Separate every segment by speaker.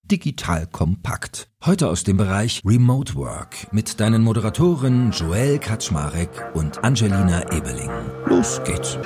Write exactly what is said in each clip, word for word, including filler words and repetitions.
Speaker 1: Digital Kompakt. Heute aus dem Bereich Remote Work mit deinen Moderatoren Joel Kaczmarek und Angelina Ebeling. Los geht's.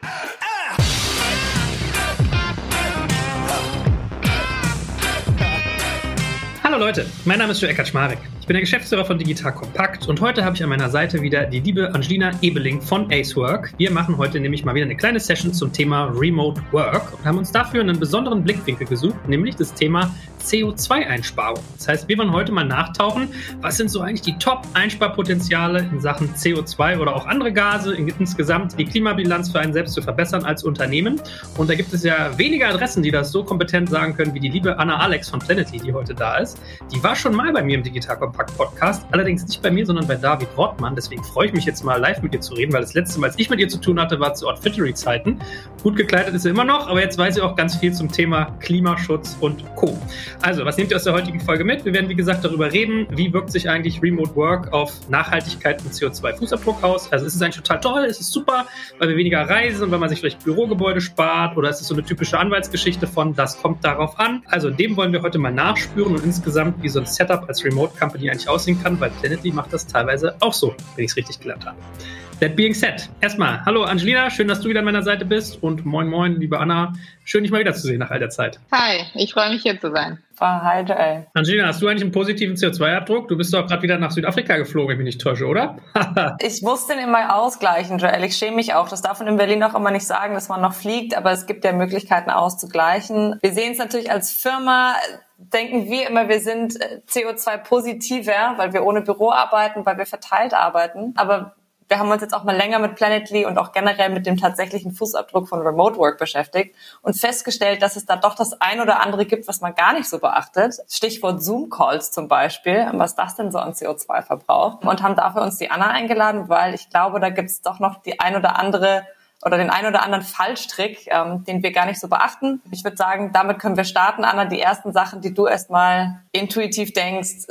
Speaker 2: Hallo Leute, mein Name ist Joel Kaczmarek. Ich bin der Geschäftsführer von Digital Kompakt und heute habe ich an meiner Seite wieder die liebe Angelina Ebeling von Acework. Wir machen heute nämlich mal wieder eine kleine Session zum Thema Remote Work und haben uns dafür einen besonderen Blickwinkel gesucht, nämlich das Thema C O zwei Einsparung. Das heißt, wir wollen heute mal nachtauchen, was sind so eigentlich die Top-Einsparpotenziale in Sachen C O zwei oder auch andere Gase, insgesamt die Klimabilanz für einen selbst zu verbessern als Unternehmen. Und da gibt es ja wenige Adressen, die das so kompetent sagen können, wie die liebe Anna Alex von Planetly, die heute da ist. Die war schon mal bei mir im Digital Kompakt Podcast, allerdings nicht bei mir, sondern bei David Wortmann. Deswegen freue ich mich jetzt mal live mit ihr zu reden, weil das letzte Mal, als ich mit ihr zu tun hatte, war zu Outfittery-Zeiten. Gut gekleidet ist sie immer noch, aber jetzt weiß sie auch ganz viel zum Thema Klimaschutz und Co. Also, was nehmt ihr aus der heutigen Folge mit? Wir werden, wie gesagt, darüber reden, wie wirkt sich eigentlich Remote Work auf Nachhaltigkeit und C O zwei Fußabdruck aus. Also, ist es eigentlich total toll, ist es super, weil wir weniger reisen und weil man sich vielleicht Bürogebäude spart, oder ist es so eine typische Anwaltsgeschichte von, das kommt darauf an. Also, dem wollen wir heute mal nachspüren und insgesamt, wie so ein Setup als Remote Company eigentlich aussehen kann, weil Planetly macht das teilweise auch so, wenn ich es richtig gelernt habe. That being said, erstmal, hallo Angelina, schön, dass du wieder an meiner Seite bist und moin moin, liebe Anna, schön, dich mal wieder zu sehen nach all der Zeit.
Speaker 3: Hi, ich freue mich hier zu sein.
Speaker 4: Hi, Joel.
Speaker 2: Angelina, hast du eigentlich einen positiven C O zwei Abdruck? Du bist doch gerade wieder nach Südafrika geflogen, wenn ich mich nicht täusche, oder?
Speaker 4: Ich muss den immer ausgleichen, Joel. Ich schäme mich auch. Das darf man in Berlin auch immer nicht sagen, dass man noch fliegt, aber es gibt ja Möglichkeiten auszugleichen. Wir sehen es natürlich als Firma, denken wir immer, wir sind C O zwei positiver, weil wir ohne Büro arbeiten, weil wir verteilt arbeiten. Aber wir haben uns jetzt auch mal länger mit Planetly und auch generell mit dem tatsächlichen Fußabdruck von Remote Work beschäftigt und festgestellt, dass es da doch das ein oder andere gibt, was man gar nicht so beachtet. Stichwort Zoom-Calls zum Beispiel, was das denn so an C O zwei verbraucht. Und haben dafür uns die Anna eingeladen, weil ich glaube, da gibt es doch noch die ein oder andere oder den ein oder anderen Fallstrick, ähm, den wir gar nicht so beachten. Ich würde sagen, damit können wir starten, Anna. Die ersten Sachen, die du erstmal intuitiv denkst,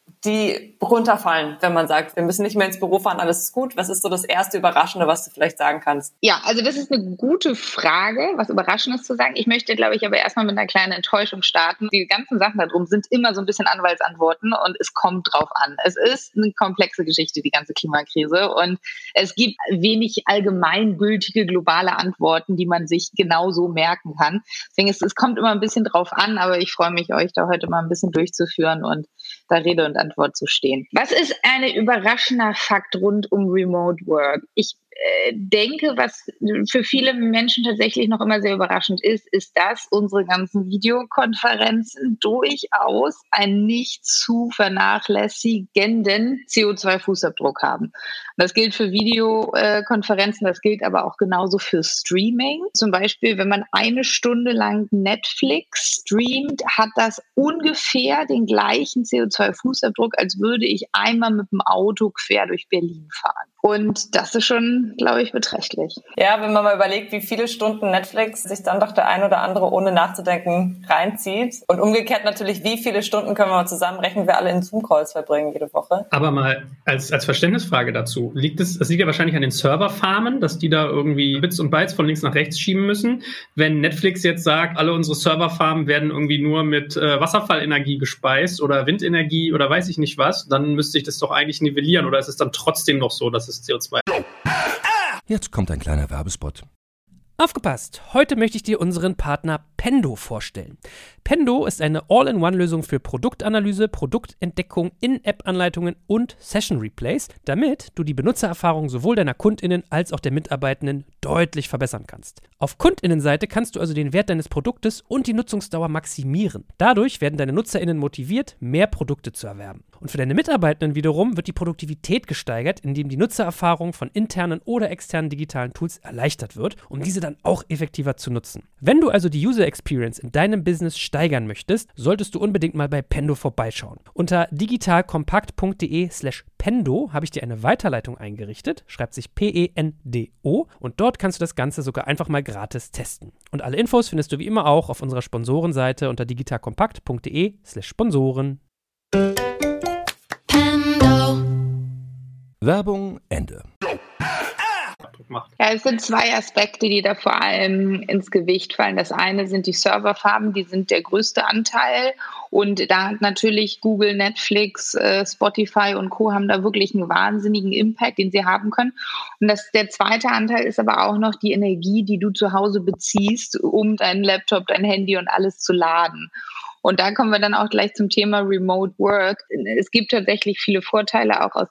Speaker 4: die runterfallen, wenn man sagt, wir müssen nicht mehr ins Büro fahren, alles ist gut. Was ist so das erste Überraschende, was du vielleicht sagen kannst?
Speaker 3: Ja, also das ist eine gute Frage, was Überraschendes zu sagen. Ich möchte, glaube ich, aber erstmal mit einer kleinen Enttäuschung starten. Die ganzen Sachen da drum sind immer so ein bisschen Anwaltsantworten und es kommt drauf an. Es ist eine komplexe Geschichte, die ganze Klimakrise, und es gibt wenig allgemeingültige globale Antworten, die man sich genau so merken kann. Deswegen ist es kommt immer ein bisschen drauf an, aber ich freue mich, euch da heute mal ein bisschen durchzuführen und da Rede und Antwort zu stehen. Was ist ein überraschender Fakt rund um Remote Work? Ich äh, denke, was für viele Menschen tatsächlich noch immer sehr überraschend ist, ist, dass unsere ganzen Videokonferenzen durchaus einen nicht zu vernachlässigenden C O zwei Fußabdruck haben. Das gilt für Videokonferenzen, das gilt aber auch genauso für Streaming. Zum Beispiel, wenn man eine Stunde lang Netflix streamt, hat das ungefähr den gleichen C O zwei Fußabdruck, als würde ich einmal mit dem Auto quer durch Berlin fahren. Und das ist schon, glaube ich, beträchtlich.
Speaker 4: Ja, wenn man mal überlegt, wie viele Stunden Netflix sich dann doch der ein oder andere ohne nachzudenken reinzieht. Und umgekehrt natürlich, wie viele Stunden können wir mal zusammenrechnen, wir alle in Zoom-Calls verbringen jede Woche.
Speaker 2: Aber mal als, als Verständnisfrage dazu. Liegt es, das liegt ja wahrscheinlich an den Serverfarmen, dass die da irgendwie Bits und Bytes von links nach rechts schieben müssen. Wenn Netflix jetzt sagt, alle unsere Serverfarmen werden irgendwie nur mit äh, Wasserfallenergie gespeist oder Windenergie oder weiß ich nicht was, dann müsste ich das doch eigentlich nivellieren. Oder ist es dann trotzdem noch so, dass es C O zwei.
Speaker 1: Jetzt kommt ein kleiner Werbespot.
Speaker 5: Aufgepasst! Heute möchte ich dir unseren Partner Pendo vorstellen. Pendo ist eine All-in-One-Lösung für Produktanalyse, Produktentdeckung, In-App-Anleitungen und Session-Replays, damit du die Benutzererfahrung sowohl deiner KundInnen als auch der Mitarbeitenden deutlich verbessern kannst. Auf KundInnenseite kannst du also den Wert deines Produktes und die Nutzungsdauer maximieren. Dadurch werden deine NutzerInnen motiviert, mehr Produkte zu erwerben. Und für deine Mitarbeitenden wiederum wird die Produktivität gesteigert, indem die Nutzererfahrung von internen oder externen digitalen Tools erleichtert wird, um diese dann auch effektiver zu nutzen. Wenn du also die User Experience in deinem Business steigern möchtest, solltest du unbedingt mal bei Pendo vorbeischauen. Unter digitalkompakt.de slash Pendo habe ich dir eine Weiterleitung eingerichtet, schreibt sich P E N D O, und dort kannst du das Ganze sogar einfach mal gratis testen. Und alle Infos findest du wie immer auch auf unserer Sponsorenseite unter digitalkompakt.de slash Sponsoren.
Speaker 1: Werbung Ende.
Speaker 2: macht?
Speaker 3: Ja, es sind zwei Aspekte, die da vor allem ins Gewicht fallen. Das eine sind die Serverfarmen, die sind der größte Anteil. Und da hat natürlich Google, Netflix, Spotify und Co. haben da wirklich einen wahnsinnigen Impact, den sie haben können. Und das, der zweite Anteil ist aber auch noch die Energie, die du zu Hause beziehst, um deinen Laptop, dein Handy und alles zu laden. Und da kommen wir dann auch gleich zum Thema Remote Work. Es gibt tatsächlich viele Vorteile auch aus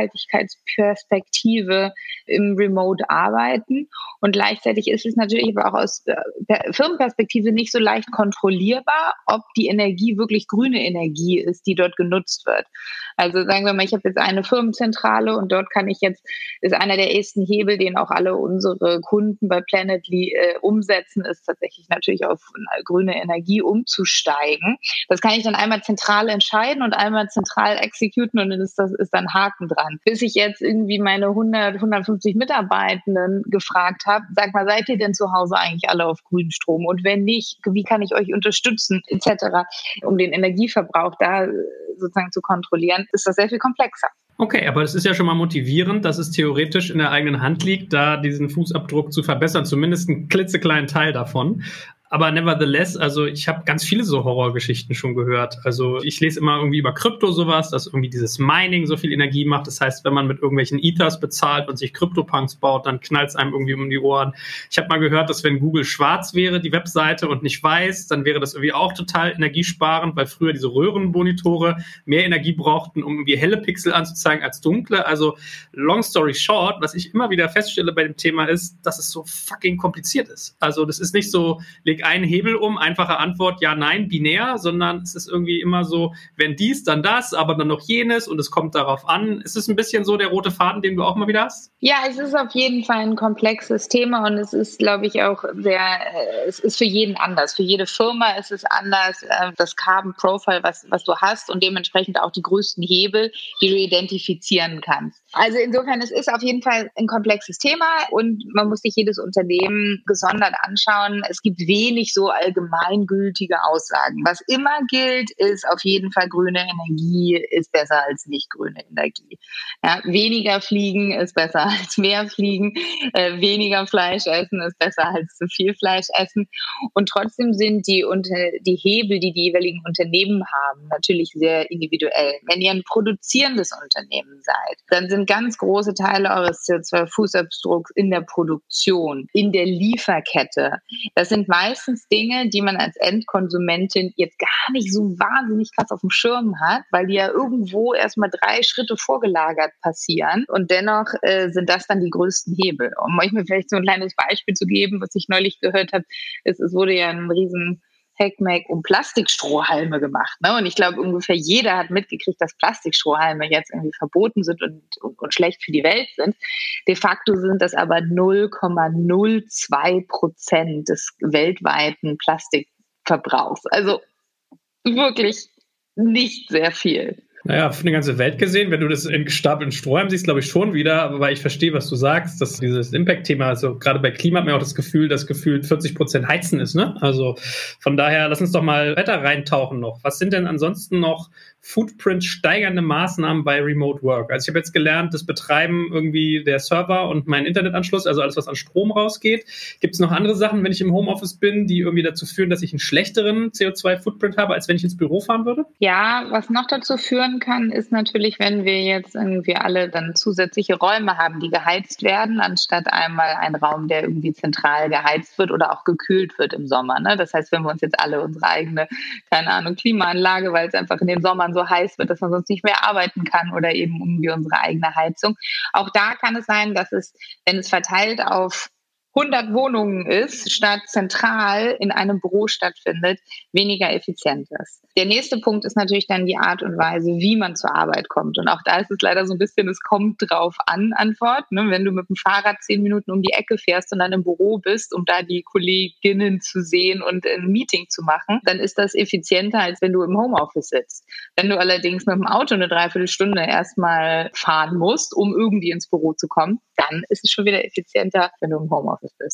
Speaker 3: Nachhaltigkeitsperspektive im Remote Arbeiten. Und gleichzeitig ist es natürlich aber auch aus Firmenperspektive nicht so leicht kontrollierbar, ob die Energie wirklich grüne Energie ist, die dort genutzt wird. Also sagen wir mal, ich habe jetzt eine Firmenzentrale und dort kann ich jetzt, ist einer der ersten Hebel, den auch alle unsere Kunden bei Planetly äh, umsetzen, ist tatsächlich natürlich auf eine grüne Energie umzusteigen. Das kann ich dann einmal zentral entscheiden und einmal zentral exekutieren und dann ist das ist dann Haken dran. Bis ich jetzt irgendwie meine hundert, hundertfünfzig Mitarbeitenden gefragt habe, sag mal, seid ihr denn zu Hause eigentlich alle auf grünen Strom? Und wenn nicht, wie kann ich euch unterstützen, et cetera, um den Energieverbrauch da sozusagen zu kontrollieren, ist das sehr viel komplexer.
Speaker 2: Okay, aber es ist ja schon mal motivierend, dass es theoretisch in der eigenen Hand liegt, da diesen Fußabdruck zu verbessern, zumindest einen klitzekleinen Teil davon. Aber nevertheless, also ich habe ganz viele so Horrorgeschichten schon gehört. Also ich lese immer irgendwie über Krypto sowas, dass irgendwie dieses Mining so viel Energie macht. Das heißt, wenn man mit irgendwelchen Ethers bezahlt und sich Krypto-Punks baut, dann knallt es einem irgendwie um die Ohren. Ich habe mal gehört, dass wenn Google schwarz wäre, die Webseite, und nicht weiß, dann wäre das irgendwie auch total energiesparend, weil früher diese Röhrenmonitore mehr Energie brauchten, um irgendwie helle Pixel anzuzeigen als dunkle. Also long story short, was ich immer wieder feststelle bei dem Thema ist, dass es so fucking kompliziert ist. Also das ist nicht so, leg einen Hebel um, einfache Antwort, ja, nein, binär, sondern es ist irgendwie immer so, wenn dies, dann das, aber dann noch jenes und es kommt darauf an. Ist es ein bisschen so der rote Faden, den du auch mal wieder hast?
Speaker 3: Ja, es ist auf jeden Fall ein komplexes Thema und es ist, glaube ich, auch sehr, es ist für jeden anders. Für jede Firma ist es anders, das Carbon Profile, was, was du hast und dementsprechend auch die größten Hebel, die du identifizieren kannst. Also insofern, es ist auf jeden Fall ein komplexes Thema und man muss sich jedes Unternehmen gesondert anschauen. Es gibt wenig so allgemeingültige Aussagen. Was immer gilt, ist auf jeden Fall, grüne Energie ist besser als nicht grüne Energie. Ja, weniger fliegen ist besser als mehr fliegen. Äh, weniger Fleisch essen ist besser als zu viel Fleisch essen. Und trotzdem sind die, unter, die Hebel, die die jeweiligen Unternehmen haben, natürlich sehr individuell. Wenn ihr ein produzierendes Unternehmen seid, dann sind ganz große Teile eures C O zwei Fußabdrucks in der Produktion, in der Lieferkette. Das sind meistens Dinge, die man als Endkonsumentin jetzt gar nicht so wahnsinnig krass auf dem Schirm hat, weil die ja irgendwo erstmal drei Schritte vorgelagert passieren und dennoch äh, sind das dann die größten Hebel. Um euch mal vielleicht so ein kleines Beispiel zu geben, was ich neulich gehört habe, ist, es wurde ja ein riesen Hackmack um Plastikstrohhalme gemacht. Ne? Und ich glaube, ungefähr jeder hat mitgekriegt, dass Plastikstrohhalme jetzt irgendwie verboten sind und, und, und schlecht für die Welt sind. De facto sind das aber null Komma null zwei Prozent des weltweiten Plastikverbrauchs. Also wirklich nicht sehr viel.
Speaker 2: Naja, für eine ganze Welt gesehen, wenn du das in gestapelten Strohhalmen siehst, glaube ich schon wieder, aber ich verstehe, was du sagst, dass dieses Impact-Thema, also gerade bei Klima hat man auch das Gefühl, dass gefühlt vierzig Prozent Heizen ist, ne? Also von daher, lass uns doch mal weiter reintauchen noch. Was sind denn ansonsten noch Footprint steigernde Maßnahmen bei Remote Work? Also ich habe jetzt gelernt, das Betreiben irgendwie der Server und mein Internetanschluss, also alles, was an Strom rausgeht. Gibt es noch andere Sachen, wenn ich im Homeoffice bin, die irgendwie dazu führen, dass ich einen schlechteren C O zwei Footprint habe, als wenn ich ins Büro fahren würde?
Speaker 3: Ja, was noch dazu führen kann, ist natürlich, wenn wir jetzt irgendwie alle dann zusätzliche Räume haben, die geheizt werden, anstatt einmal ein Raum, der irgendwie zentral geheizt wird oder auch gekühlt wird im Sommer. Ne? Das heißt, wenn wir uns jetzt alle unsere eigene, keine Ahnung, Klimaanlage, weil es einfach in den Sommern so heiß wird, dass man sonst nicht mehr arbeiten kann oder eben irgendwie unsere eigene Heizung. Auch da kann es sein, dass es, wenn es verteilt auf hundert Wohnungen ist, statt zentral in einem Büro stattfindet, weniger effizient ist. Der nächste Punkt ist natürlich dann die Art und Weise, wie man zur Arbeit kommt. Und auch da ist es leider so ein bisschen, es kommt drauf an, Antwort. Ne? Wenn du mit dem Fahrrad zehn Minuten um die Ecke fährst und dann im Büro bist, um da die Kolleginnen zu sehen und ein Meeting zu machen, dann ist das effizienter, als wenn du im Homeoffice sitzt. Wenn du allerdings mit dem Auto eine Dreiviertelstunde erstmal fahren musst, um irgendwie ins Büro zu kommen, dann ist es schon wieder effizienter, wenn du im Homeoffice bist.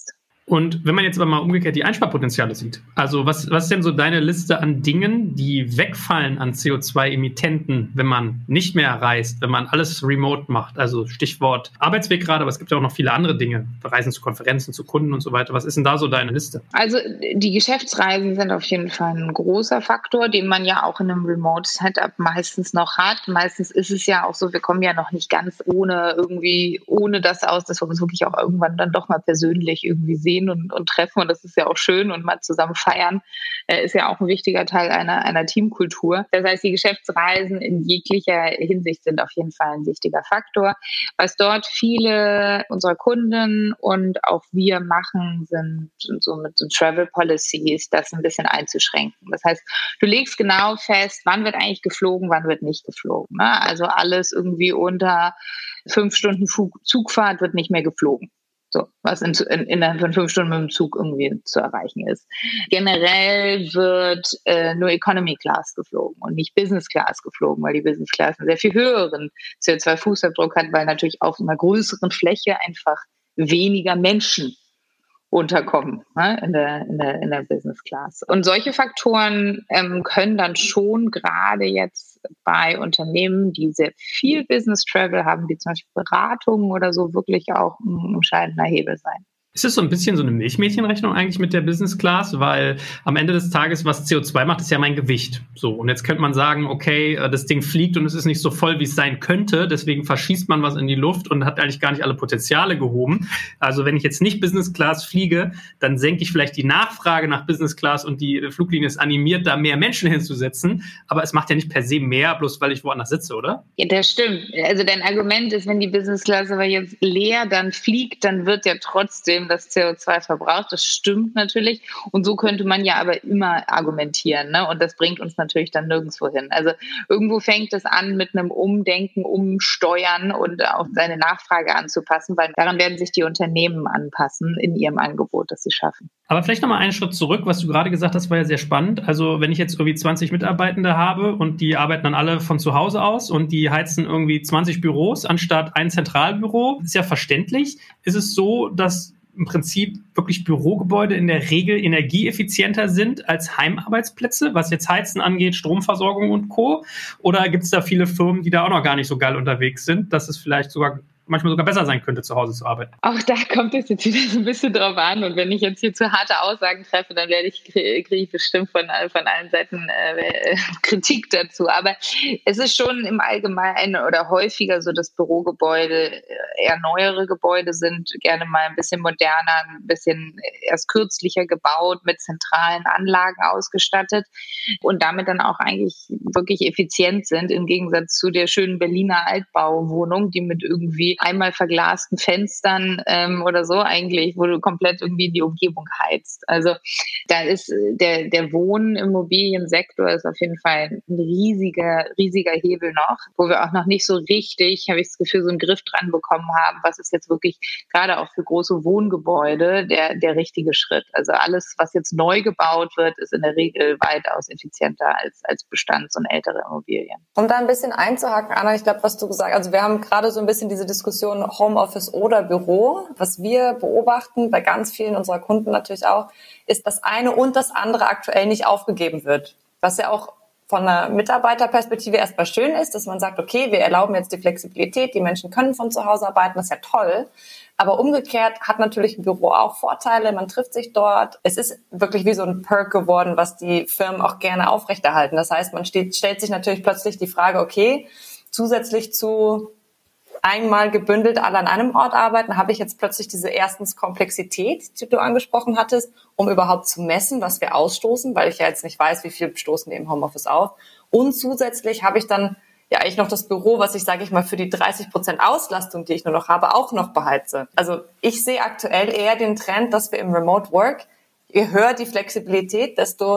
Speaker 2: Und wenn man jetzt aber mal umgekehrt die Einsparpotenziale sieht, also was, was ist denn so deine Liste an Dingen, die wegfallen an C O zwei Emittenten, wenn man nicht mehr reist, wenn man alles remote macht? Also Stichwort Arbeitsweg gerade, aber es gibt ja auch noch viele andere Dinge, Reisen zu Konferenzen, zu Kunden und so weiter. Was ist denn da so deine Liste?
Speaker 3: Also die Geschäftsreisen sind auf jeden Fall ein großer Faktor, den man ja auch in einem Remote-Setup meistens noch hat. Meistens ist es ja auch so, wir kommen ja noch nicht ganz ohne irgendwie, ohne das aus, dass wir uns wirklich auch irgendwann dann doch mal persönlich irgendwie sehen Und, und treffen, und das ist ja auch schön, und mal zusammen feiern, äh, ist ja auch ein wichtiger Teil einer, einer Teamkultur. Das heißt, die Geschäftsreisen in jeglicher Hinsicht sind auf jeden Fall ein wichtiger Faktor. Was dort viele unserer Kunden und auch wir machen, sind so mit so Travel Policies, das ein bisschen einzuschränken. Das heißt, du legst genau fest, wann wird eigentlich geflogen, wann wird nicht geflogen. Ne? Also alles irgendwie unter fünf Stunden Zugfahrt wird nicht mehr geflogen. So, was in, in, innerhalb von fünf Stunden mit dem Zug irgendwie zu erreichen ist. Generell wird äh, nur Economy Class geflogen und nicht Business Class geflogen, weil die Business Class einen sehr viel höheren C O zwei Fußabdruck hat, weil natürlich auf einer größeren Fläche einfach weniger Menschen unterkommen, ne, in der, in der, in der Business Class. Und solche Faktoren ähm, können dann schon gerade jetzt bei Unternehmen, die sehr viel Business Travel haben, wie zum Beispiel Beratungen oder so, wirklich auch ein entscheidender Hebel sein.
Speaker 2: Ist es so ein bisschen so eine Milchmädchenrechnung eigentlich mit der Business Class? Weil am Ende des Tages, was C O zwei macht, ist ja mein Gewicht. So, und jetzt könnte man sagen, okay, das Ding fliegt und es ist nicht so voll, wie es sein könnte. Deswegen verschießt man was in die Luft und hat eigentlich gar nicht alle Potenziale gehoben. Also wenn ich jetzt nicht Business Class fliege, dann senke ich vielleicht die Nachfrage nach Business Class und die Fluglinie ist animiert, da mehr Menschen hinzusetzen. Aber es macht ja nicht per se mehr, bloß weil ich woanders sitze, oder?
Speaker 3: Ja, das stimmt. Also dein Argument ist, wenn die Business Class aber jetzt leer dann fliegt, dann wird ja trotzdem das C O zwei verbraucht. Das stimmt natürlich. Und so könnte man ja aber immer argumentieren. Ne? Und das bringt uns natürlich dann nirgendwo hin. Also irgendwo fängt es an mit einem Umdenken, Umsteuern und auch seine Nachfrage anzupassen, weil daran werden sich die Unternehmen anpassen in ihrem Angebot, das sie schaffen.
Speaker 2: Aber vielleicht nochmal einen Schritt zurück, was du gerade gesagt hast, war ja sehr spannend. Also wenn ich jetzt irgendwie zwanzig Mitarbeitende habe und die arbeiten dann alle von zu Hause aus und die heizen irgendwie zwanzig Büros anstatt ein Zentralbüro, ist ja verständlich. Ist es so, dass im Prinzip wirklich Bürogebäude in der Regel energieeffizienter sind als Heimarbeitsplätze, was jetzt Heizen angeht, Stromversorgung und Co.? Oder gibt es da viele Firmen, die da auch noch gar nicht so geil unterwegs sind, dass es vielleicht sogar manchmal sogar besser sein könnte, zu Hause zu arbeiten?
Speaker 3: Auch da kommt es jetzt wieder so ein bisschen drauf an. Und wenn ich jetzt hier zu harte Aussagen treffe, dann werde ich, kriege ich bestimmt von, von allen Seiten äh, Kritik dazu. Aber es ist schon im Allgemeinen oder häufiger so, dass Bürogebäude eher neuere Gebäude sind, gerne mal ein bisschen moderner, ein bisschen erst kürzlicher gebaut, mit zentralen Anlagen ausgestattet und damit dann auch eigentlich wirklich effizient sind, im Gegensatz zu der schönen Berliner Altbauwohnung, die mit irgendwie einmal verglasten Fenstern ähm, oder so eigentlich, wo du komplett irgendwie die Umgebung heizt. Also da ist der, der Wohnimmobiliensektor ist auf jeden Fall ein riesiger, riesiger Hebel noch, wo wir auch noch nicht so richtig, habe ich das Gefühl, so einen Griff dran bekommen haben, was ist jetzt wirklich gerade auch für große Wohngebäude der, der richtige Schritt. Also alles, was jetzt neu gebaut wird, ist in der Regel weitaus effizienter als, als Bestands- und ältere Immobilien.
Speaker 4: Um da ein bisschen einzuhaken, Anna, ich glaube, was du gesagt hast, also wir haben gerade so ein bisschen diese Diskussion Homeoffice oder Büro. Was wir beobachten, bei ganz vielen unserer Kunden natürlich auch, ist, dass eine und das andere aktuell nicht aufgegeben wird. Was ja auch von einer Mitarbeiterperspektive erstmal schön ist, dass man sagt, okay, wir erlauben jetzt die Flexibilität, die Menschen können von zu Hause arbeiten, das ist ja toll. Aber umgekehrt hat natürlich ein Büro auch Vorteile, man trifft sich dort. Es ist wirklich wie so ein Perk geworden, was die Firmen auch gerne aufrechterhalten. Das heißt, man steht, stellt sich natürlich plötzlich die Frage, okay, zusätzlich zu einmal gebündelt alle an einem Ort arbeiten, habe ich jetzt plötzlich diese erstens Komplexität, die du angesprochen hattest, um überhaupt zu messen, was wir ausstoßen, weil ich ja jetzt nicht weiß, wie viel stoßen wir im Homeoffice auf. Und zusätzlich habe ich dann ja eigentlich noch das Büro, was ich, sage ich mal, für die dreißig Prozent Auslastung, die ich nur noch habe, auch noch beheize. Also ich sehe aktuell eher den Trend, dass wir im Remote Work, je höher die Flexibilität, desto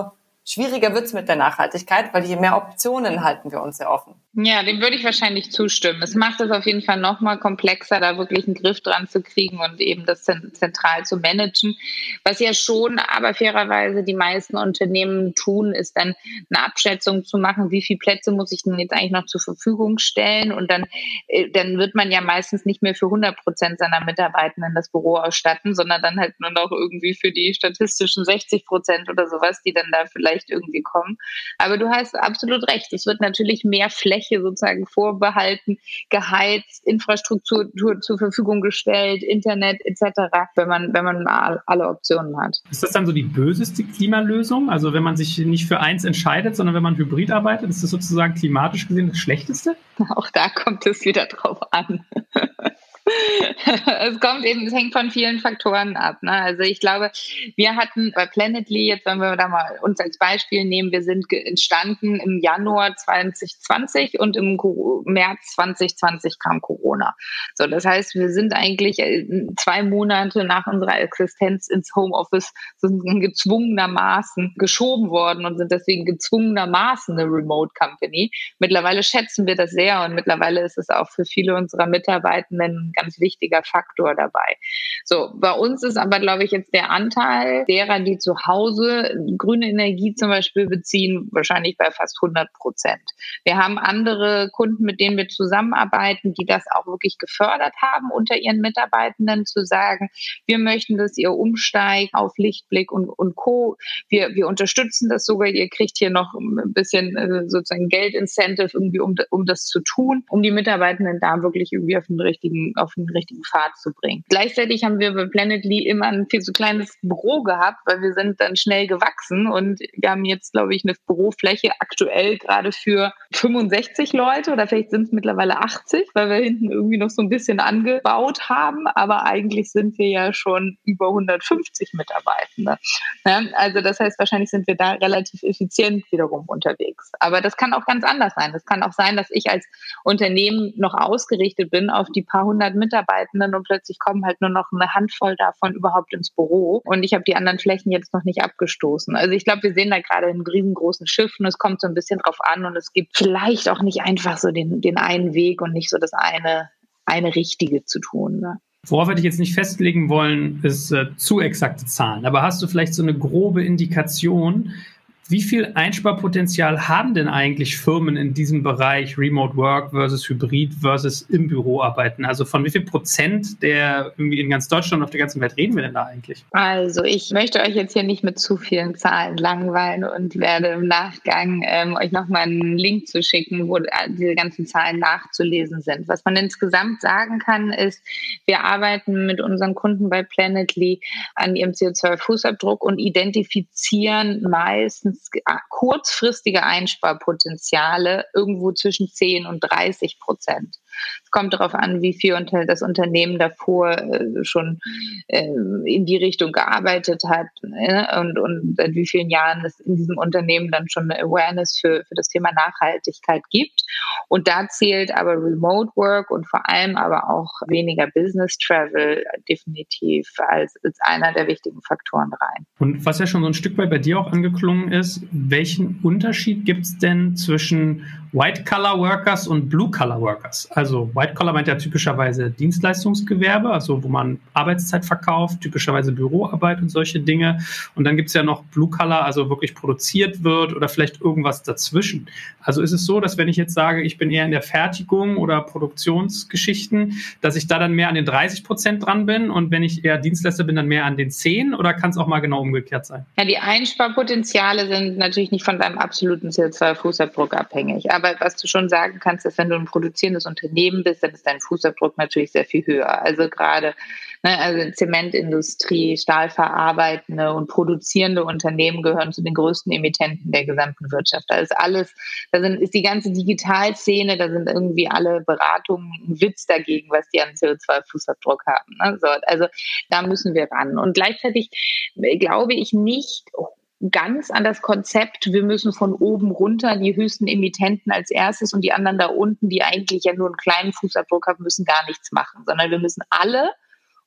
Speaker 4: Schwieriger wird's mit der Nachhaltigkeit, weil je mehr Optionen halten wir uns ja offen.
Speaker 3: Ja, dem würde ich wahrscheinlich zustimmen. Es macht es auf jeden Fall noch mal komplexer, da wirklich einen Griff dran zu kriegen und eben das zentral zu managen. Was ja schon aber fairerweise die meisten Unternehmen tun, ist dann eine Abschätzung zu machen, wie viele Plätze muss ich denn jetzt eigentlich noch zur Verfügung stellen, und dann, dann wird man ja meistens nicht mehr für hundert Prozent seiner Mitarbeitenden das Büro ausstatten, sondern dann halt nur noch irgendwie für die statistischen sechzig Prozent oder sowas, die dann da vielleicht irgendwie kommen. Aber du hast absolut recht. Es wird natürlich mehr Fläche sozusagen vorbehalten, geheizt, Infrastruktur zur Verfügung gestellt, Internet et cetera, wenn man, wenn man alle Optionen hat.
Speaker 2: Ist das dann so die böseste Klimalösung? Also wenn man sich nicht für eins entscheidet, sondern wenn man hybrid arbeitet, ist das sozusagen klimatisch gesehen das Schlechteste?
Speaker 3: Auch da kommt es wieder drauf an. Es kommt eben, es hängt von vielen Faktoren ab. Ne? Also ich glaube, wir hatten bei Planetly, jetzt wenn wir da mal uns als Beispiel nehmen, wir sind entstanden im Januar zwanzig zwanzig und im März zwanzig zwanzig kam Corona. So, das heißt, wir sind eigentlich zwei Monate nach unserer Existenz ins Homeoffice sind gezwungenermaßen geschoben worden und sind deswegen gezwungenermaßen eine Remote Company. Mittlerweile schätzen wir das sehr und mittlerweile ist es auch für viele unserer Mitarbeitenden ganz wichtiger Faktor dabei. So, bei uns ist aber, glaube ich, jetzt der Anteil derer, die zu Hause grüne Energie zum Beispiel beziehen, wahrscheinlich bei fast hundert Prozent. Wir haben andere Kunden, mit denen wir zusammenarbeiten, die das auch wirklich gefördert haben, unter ihren Mitarbeitenden zu sagen, wir möchten, dass ihr umsteigt auf Lichtblick und, und Co. Wir, wir unterstützen das sogar. Ihr kriegt hier noch ein bisschen äh, sozusagen Geldincentive irgendwie, um, um das zu tun, um die Mitarbeitenden da wirklich irgendwie auf den richtigen auf den richtigen Pfad zu bringen. Gleichzeitig haben wir bei Planetly immer ein viel zu kleines Büro gehabt, weil wir sind dann schnell gewachsen und wir haben jetzt, glaube ich, eine Bürofläche aktuell gerade für fünfundsechzig Leute oder vielleicht sind es mittlerweile achtzig, weil wir hinten irgendwie noch so ein bisschen angebaut haben, aber eigentlich sind wir ja schon über hundertfünfzig Mitarbeitende. Ja, also das heißt, wahrscheinlich sind wir da relativ effizient wiederum unterwegs. Aber das kann auch ganz anders sein. Das kann auch sein, dass ich als Unternehmen noch ausgerichtet bin auf die paar hundert Mitarbeitenden und plötzlich kommen halt nur noch eine Handvoll davon überhaupt ins Büro und ich habe die anderen Flächen jetzt noch nicht abgestoßen. Also ich glaube, wir sehen da gerade einen riesengroßen Shift und es kommt so ein bisschen drauf an und es gibt vielleicht auch nicht einfach so den, den einen Weg und nicht so das eine, eine Richtige zu tun. Ne?
Speaker 2: Worauf wir dich jetzt nicht festlegen wollen, ist äh, zu exakte Zahlen. Aber hast du vielleicht so eine grobe Indikation, wie viel Einsparpotenzial haben denn eigentlich Firmen in diesem Bereich Remote Work versus Hybrid versus im Büro arbeiten? Also von wie viel Prozent der irgendwie in ganz Deutschland und auf der ganzen Welt reden wir denn da eigentlich?
Speaker 3: Also ich möchte euch jetzt hier nicht mit zu vielen Zahlen langweilen und werde im Nachgang ähm, euch nochmal einen Link zu schicken, wo diese ganzen Zahlen nachzulesen sind. Was man insgesamt sagen kann, ist, wir arbeiten mit unseren Kunden bei Planetly an ihrem C O zwei Fußabdruck und identifizieren meistens kurzfristige Einsparpotenziale irgendwo zwischen zehn und dreißig Prozent. Es kommt darauf an, wie viel das Unternehmen davor äh, schon äh, in die Richtung gearbeitet hat äh, und, und seit wie vielen Jahren es in diesem Unternehmen dann schon eine Awareness für, für das Thema Nachhaltigkeit gibt. Und da zählt aber Remote Work und vor allem aber auch weniger Business Travel definitiv als, als einer der wichtigen Faktoren rein.
Speaker 2: Und was ja schon so ein Stück weit bei dir auch angeklungen ist, welchen Unterschied gibt es denn zwischen White-Collar-Workers und Blue-Collar-Workers? Also White-Collar meint ja typischerweise Dienstleistungsgewerbe, also wo man Arbeitszeit verkauft, typischerweise Büroarbeit und solche Dinge. Und dann gibt es ja noch Blue-Collar, also wirklich produziert wird oder vielleicht irgendwas dazwischen. Also ist es so, dass wenn ich jetzt sage, ich bin eher in der Fertigung oder Produktionsgeschichten, dass ich da dann mehr an den dreißig Prozent dran bin und wenn ich eher Dienstleister bin, dann mehr an den zehn, oder kann es auch mal genau umgekehrt sein?
Speaker 3: Ja, die Einsparpotenziale sind natürlich nicht von deinem absoluten C O zwei Fußabdruck abhängig. Aber was du schon sagen kannst, ist, wenn du ein produzierendes Unternehmen bist, dann ist dein Fußabdruck natürlich sehr viel höher. Also gerade ne, also Zementindustrie, stahlverarbeitende und produzierende Unternehmen gehören zu den größten Emittenten der gesamten Wirtschaft. Da ist alles, da sind, ist die ganze Digitalszene, da sind irgendwie alle Beratungen ein Witz dagegen, was die an C O zwei Fußabdruck haben. Ne? So, also da müssen wir ran. Und gleichzeitig glaube ich nicht ganz an das Konzept, wir müssen von oben runter die höchsten Emittenten als erstes und die anderen da unten, die eigentlich ja nur einen kleinen Fußabdruck haben, müssen gar nichts machen, sondern wir müssen alle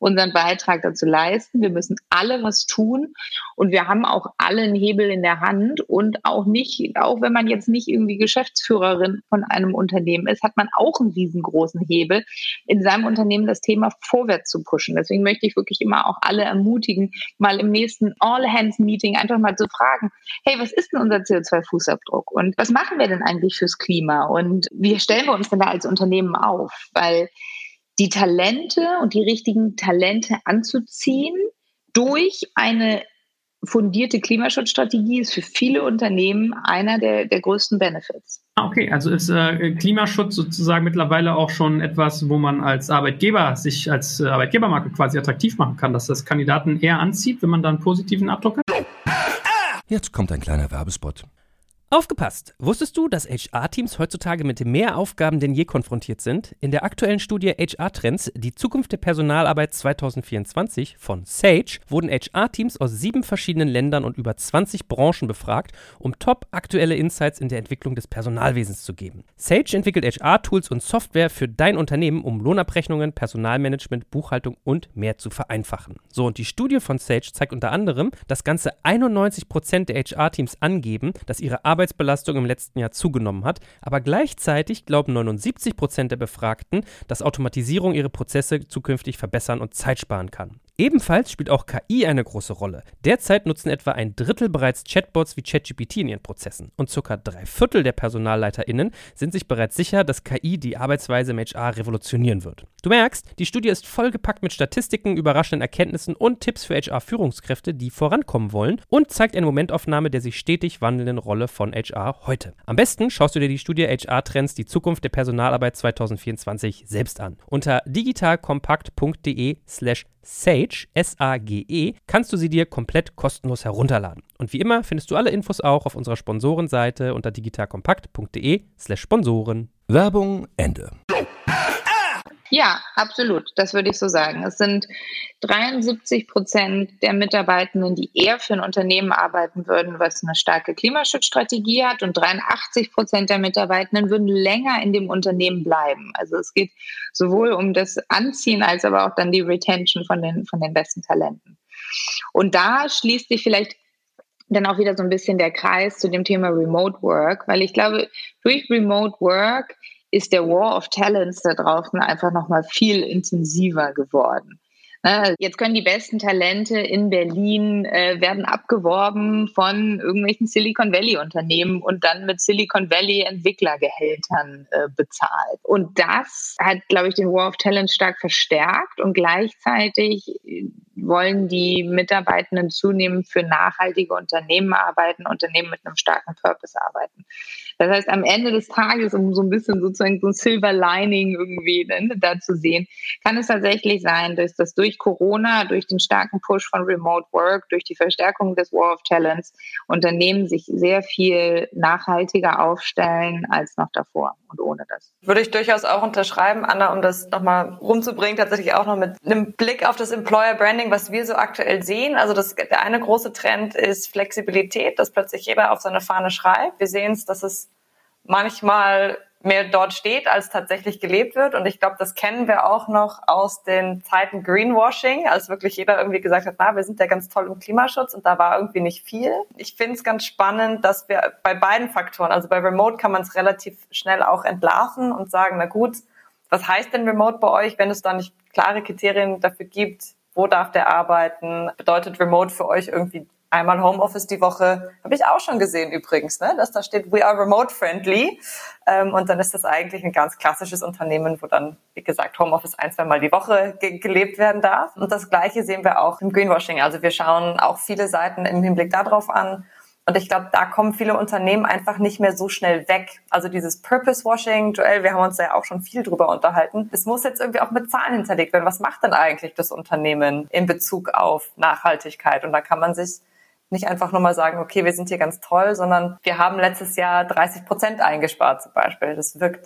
Speaker 3: unseren Beitrag dazu leisten. Wir müssen alle was tun und wir haben auch alle einen Hebel in der Hand und auch nicht, auch wenn man jetzt nicht irgendwie Geschäftsführerin von einem Unternehmen ist, hat man auch einen riesengroßen Hebel, in seinem Unternehmen das Thema vorwärts zu pushen. Deswegen möchte ich wirklich immer auch alle ermutigen, mal im nächsten All-Hands-Meeting einfach mal zu fragen, hey, was ist denn unser C O zwei Fußabdruck und was machen wir denn eigentlich fürs Klima und wie stellen wir uns denn da als Unternehmen auf? Weil die Talente und die richtigen Talente anzuziehen durch eine fundierte Klimaschutzstrategie ist für viele Unternehmen einer der, der größten Benefits.
Speaker 2: Okay, also ist äh, Klimaschutz sozusagen mittlerweile auch schon etwas, wo man als Arbeitgeber sich als äh, Arbeitgebermarke quasi attraktiv machen kann, dass das Kandidaten eher anzieht, wenn man da einen positiven Abdruck hat?
Speaker 1: Jetzt kommt ein kleiner Werbespot.
Speaker 5: Aufgepasst! Wusstest du, dass H R-Teams heutzutage mit mehr Aufgaben denn je konfrontiert sind? In der aktuellen Studie H R-Trends, die Zukunft der Personalarbeit zwanzig vierundzwanzig von Sage, wurden H R-Teams aus sieben verschiedenen Ländern und über zwanzig Branchen befragt, um top aktuelle Insights in der Entwicklung des Personalwesens zu geben. Sage entwickelt H R-Tools und Software für dein Unternehmen, um Lohnabrechnungen, Personalmanagement, Buchhaltung und mehr zu vereinfachen. So, und die Studie von Sage zeigt unter anderem, dass ganze einundneunzig Prozent der H R-Teams angeben, dass ihre Arbeit Arbeitsbelastung im letzten Jahr zugenommen hat, aber gleichzeitig glauben neunundsiebzig Prozent der Befragten, dass Automatisierung ihre Prozesse zukünftig verbessern und Zeit sparen kann. Ebenfalls spielt auch K I eine große Rolle. Derzeit nutzen etwa ein Drittel bereits Chatbots wie ChatGPT in ihren Prozessen und circa drei Viertel der PersonalleiterInnen sind sich bereits sicher, dass K I die Arbeitsweise im H R revolutionieren wird. Du merkst, die Studie ist vollgepackt mit Statistiken, überraschenden Erkenntnissen und Tipps für H R-Führungskräfte, die vorankommen wollen und zeigt eine Momentaufnahme der sich stetig wandelnden Rolle von H R heute. Am besten schaust du dir die Studie H R-Trends, die Zukunft der Personalarbeit zwanzig vierundzwanzig selbst an. Unter digitalkompakt.de slash Sage, S A G E, kannst du sie dir komplett kostenlos herunterladen. Und wie immer findest du alle Infos auch auf unserer Sponsorenseite unter digitalkompakt.de slash Sponsoren.
Speaker 1: Werbung Ende.
Speaker 3: Ja, absolut. Das würde ich so sagen. Es sind dreiundsiebzig Prozent der Mitarbeitenden, die eher für ein Unternehmen arbeiten würden, was eine starke Klimaschutzstrategie hat, und dreiundachtzig Prozent der Mitarbeitenden würden länger in dem Unternehmen bleiben. Also es geht sowohl um das Anziehen als aber auch dann die Retention von den, von den besten Talenten. Und da schließt sich vielleicht dann auch wieder so ein bisschen der Kreis zu dem Thema Remote Work, weil ich glaube, durch Remote Work ist der War of Talents da draußen einfach nochmal viel intensiver geworden. Jetzt können die besten Talente in Berlin äh, werden abgeworben von irgendwelchen Silicon Valley Unternehmen und dann mit Silicon Valley Entwicklergehältern äh, bezahlt. Und das hat, glaube ich, den War of Talents stark verstärkt und gleichzeitig wollen die Mitarbeitenden zunehmend für nachhaltige Unternehmen arbeiten, Unternehmen mit einem starken Purpose arbeiten. Das heißt, am Ende des Tages, um so ein bisschen sozusagen so ein Silver Lining irgendwie ne, da zu sehen, kann es tatsächlich sein, dass das durch Corona, durch den starken Push von Remote Work, durch die Verstärkung des War of Talents Unternehmen sich sehr viel nachhaltiger aufstellen als noch davor und ohne das.
Speaker 4: Würde ich durchaus auch unterschreiben, Anna, um das nochmal rumzubringen, tatsächlich auch noch mit einem Blick auf das Employer Branding, was wir so aktuell sehen. Also das, der eine große Trend ist Flexibilität, dass plötzlich jeder auf seine Fahne schreibt. Wir sehen es, dass es manchmal mehr dort steht, als tatsächlich gelebt wird. Und ich glaube, das kennen wir auch noch aus den Zeiten Greenwashing, als wirklich jeder irgendwie gesagt hat, na, wir sind ja ganz toll im Klimaschutz und da war irgendwie nicht viel. Ich finde es ganz spannend, dass wir bei beiden Faktoren, also bei Remote kann man es relativ schnell auch entlarven und sagen, na gut, was heißt denn Remote bei euch, wenn es da nicht klare Kriterien dafür gibt, wo darf der arbeiten? Bedeutet Remote für euch irgendwie einmal Homeoffice die Woche? Habe ich auch schon gesehen übrigens, ne, dass da steht, we are remote friendly. Ähm, und dann ist das eigentlich ein ganz klassisches Unternehmen, wo dann, wie gesagt, Homeoffice ein, zwei Mal die Woche ge- gelebt werden darf. Und das Gleiche sehen wir auch im Greenwashing. Also wir schauen auch viele Seiten im Hinblick darauf an. Und ich glaube, da kommen viele Unternehmen einfach nicht mehr so schnell weg. Also dieses Purpose-Washing, Joel, wir haben uns da ja auch schon viel drüber unterhalten. Es muss jetzt irgendwie auch mit Zahlen hinterlegt werden. Was macht denn eigentlich das Unternehmen in Bezug auf Nachhaltigkeit? Und da kann man sich nicht einfach nur mal sagen, okay, wir sind hier ganz toll, sondern wir haben letztes Jahr dreißig Prozent eingespart zum Beispiel. Das wirkt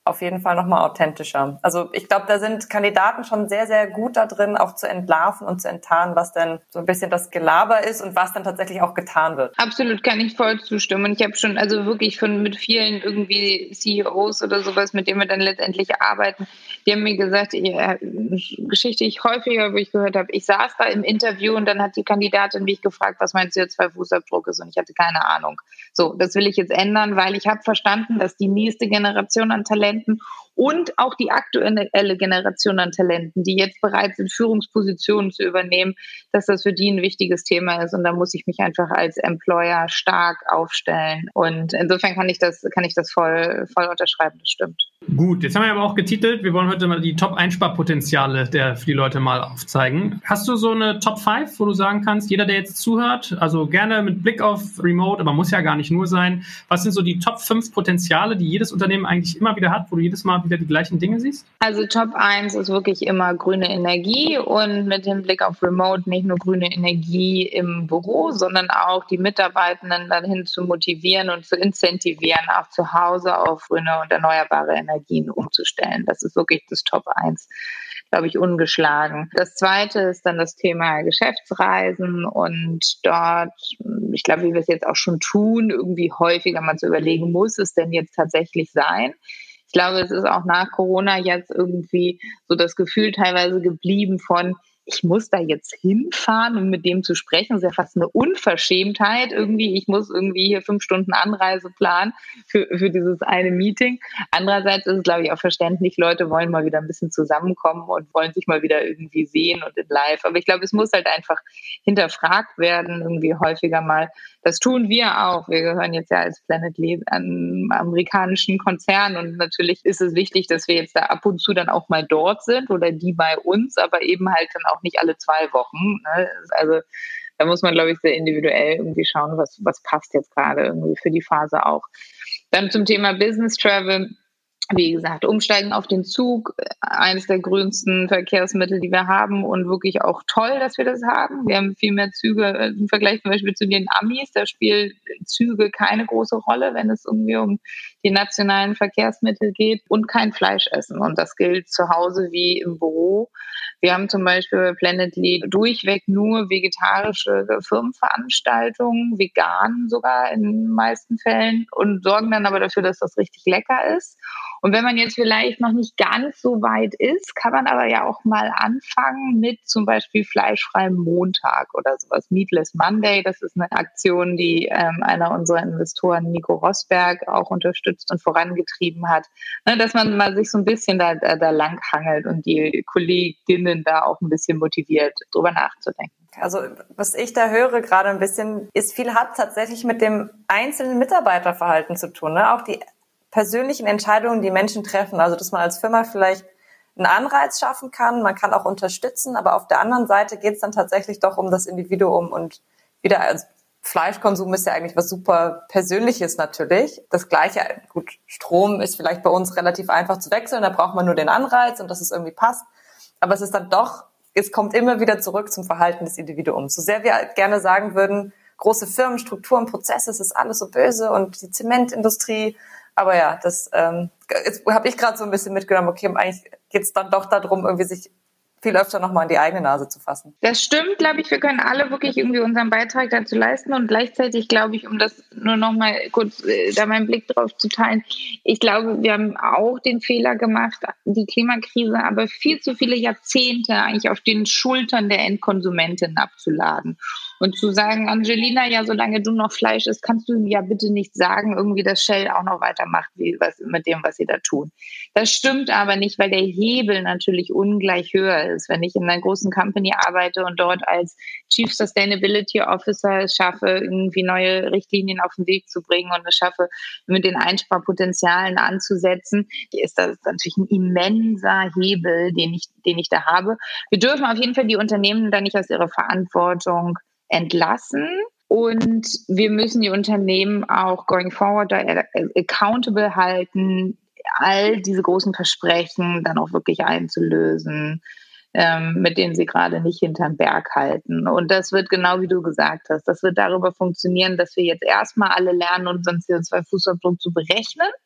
Speaker 4: auf jeden Fall nochmal authentischer. Also ich glaube, da sind Kandidaten schon sehr, sehr gut da drin, auch zu entlarven und zu enttarnen, was denn so ein bisschen das Gelaber ist und was dann tatsächlich auch getan wird.
Speaker 3: Absolut, kann ich voll zustimmen. Und ich habe schon, also wirklich von mit vielen irgendwie C E Os oder sowas, mit denen wir dann letztendlich arbeiten, die haben mir gesagt, ja, Geschichte ich häufiger, wo ich gehört habe, ich saß da im Interview und dann hat die Kandidatin mich gefragt, was mein C O zwei Fußabdruck ist, und ich hatte keine Ahnung. So, das will ich jetzt ändern, weil ich habe verstanden, dass die nächste Generation an Talenten und auch die aktuelle Generation an Talenten, die jetzt bereit sind, Führungspositionen zu übernehmen, dass das für die ein wichtiges Thema ist. Und da muss ich mich einfach als Employer stark aufstellen. Und insofern kann ich das, kann ich das voll, voll unterschreiben, das stimmt.
Speaker 2: Gut, jetzt haben wir aber auch getitelt, wir wollen heute mal die Top-Einsparpotenziale der für die Leute mal aufzeigen. Hast du so eine Top fünf, wo du sagen kannst, jeder, der jetzt zuhört, also gerne mit Blick auf Remote, aber muss ja gar nicht nur sein, was sind so die Top fünf Potenziale, die jedes Unternehmen eigentlich immer wieder hat, wo du jedes Mal wieder die gleichen Dinge siehst?
Speaker 3: Also Top eins ist wirklich immer grüne Energie und mit dem Blick auf Remote nicht nur grüne Energie im Büro, sondern auch die Mitarbeitenden dahin zu motivieren und zu incentivieren, auch zu Hause auf grüne und erneuerbare Energien umzustellen. Das ist wirklich das Top eins, glaube ich, ungeschlagen. Das zweite ist dann das Thema Geschäftsreisen und dort, ich glaube, wie wir es jetzt auch schon tun, irgendwie häufiger mal zu überlegen, muss es denn jetzt tatsächlich sein? Ich glaube, es ist auch nach Corona jetzt irgendwie so das Gefühl teilweise geblieben von, ich muss da jetzt hinfahren, um mit dem zu sprechen. Das ist ja fast eine Unverschämtheit irgendwie. Ich muss irgendwie hier fünf Stunden Anreise planen für, für dieses eine Meeting. Andererseits ist es, glaube ich, auch verständlich, Leute wollen mal wieder ein bisschen zusammenkommen und wollen sich mal wieder irgendwie sehen und in live. Aber ich glaube, es muss halt einfach hinterfragt werden, irgendwie häufiger mal. Das tun wir auch. Wir gehören jetzt ja als Planet Lab an amerikanischen Konzern und natürlich ist es wichtig, dass wir jetzt da ab und zu dann auch mal dort sind oder die bei uns, aber eben halt dann auch nicht alle zwei Wochen. Ne? Also da muss man, glaube ich, sehr individuell irgendwie schauen, was, was passt jetzt gerade irgendwie für die Phase auch. Dann zum Thema Business Travel. Wie gesagt, umsteigen auf den Zug, eines der grünsten Verkehrsmittel, die wir haben und wirklich auch toll, dass wir das haben. Wir haben viel mehr Züge im Vergleich zum Beispiel zu den Amis. Da spielen Züge keine große Rolle, wenn es irgendwie um die nationalen Verkehrsmittel geht und kein Fleisch essen. Und das gilt zu Hause wie im Büro. Wir haben zum Beispiel bei Planetly durchweg nur vegetarische Firmenveranstaltungen, vegan sogar in den meisten Fällen und sorgen dann aber dafür, dass das richtig lecker ist. Und wenn man jetzt vielleicht noch nicht ganz so weit ist, kann man aber ja auch mal anfangen mit zum Beispiel fleischfreiem Montag oder sowas. Meatless Monday, das ist eine Aktion, die ähm, einer unserer Investoren, Nico Rosberg, auch unterstützt und vorangetrieben hat, ne, dass man mal sich so ein bisschen da, da, da langhangelt und die Kolleginnen da auch ein bisschen motiviert, drüber nachzudenken.
Speaker 4: Also was ich da höre gerade ein bisschen, ist viel hat tatsächlich mit dem einzelnen Mitarbeiterverhalten zu tun, ne? Auch die persönlichen Entscheidungen, die Menschen treffen. Also, dass man als Firma vielleicht einen Anreiz schaffen kann, man kann auch unterstützen, aber auf der anderen Seite geht es dann tatsächlich doch um das Individuum und wieder, also Fleischkonsum ist ja eigentlich was super Persönliches natürlich. Das Gleiche, gut, Strom ist vielleicht bei uns relativ einfach zu wechseln, da braucht man nur den Anreiz und dass es irgendwie passt. Aber es ist dann doch, es kommt immer wieder zurück zum Verhalten des Individuums. So sehr wir gerne sagen würden, große Firmen, Strukturen, Prozesse, es ist alles so böse und die Zementindustrie. Aber ja, das ähm, habe ich gerade so ein bisschen mitgenommen. Okay, eigentlich geht es dann doch darum, irgendwie sich viel öfter nochmal in die eigene Nase zu fassen.
Speaker 3: Das stimmt, glaube ich. Wir können alle wirklich irgendwie unseren Beitrag dazu leisten. Und gleichzeitig glaube ich, um das nur nochmal kurz äh, da meinen Blick drauf zu teilen, ich glaube, wir haben auch den Fehler gemacht, die Klimakrise aber viel zu viele Jahrzehnte eigentlich auf den Schultern der Endkonsumentinnen abzuladen. Und zu sagen, Angelina, ja, solange du noch Fleisch isst, kannst du ihm ja bitte nicht sagen, irgendwie, dass Shell auch noch weitermacht wie, was, mit dem, was sie da tun. Das stimmt aber nicht, weil der Hebel natürlich ungleich höher ist. Wenn ich in einer großen Company arbeite und dort als Chief Sustainability Officer es schaffe, irgendwie neue Richtlinien auf den Weg zu bringen und es schaffe, mit den Einsparpotenzialen anzusetzen, ist das natürlich ein immenser Hebel, den ich, den ich da habe. Wir dürfen auf jeden Fall die Unternehmen da nicht aus ihrer Verantwortung entlassen und wir müssen die Unternehmen auch going forward da accountable halten, all diese großen Versprechen dann auch wirklich einzulösen, ähm, mit denen sie gerade nicht hinterm Berg halten. Und das wird genau wie du gesagt hast, das wird darüber funktionieren, dass wir jetzt erstmal alle lernen, unseren C O zwei Fußabdruck zu berechnen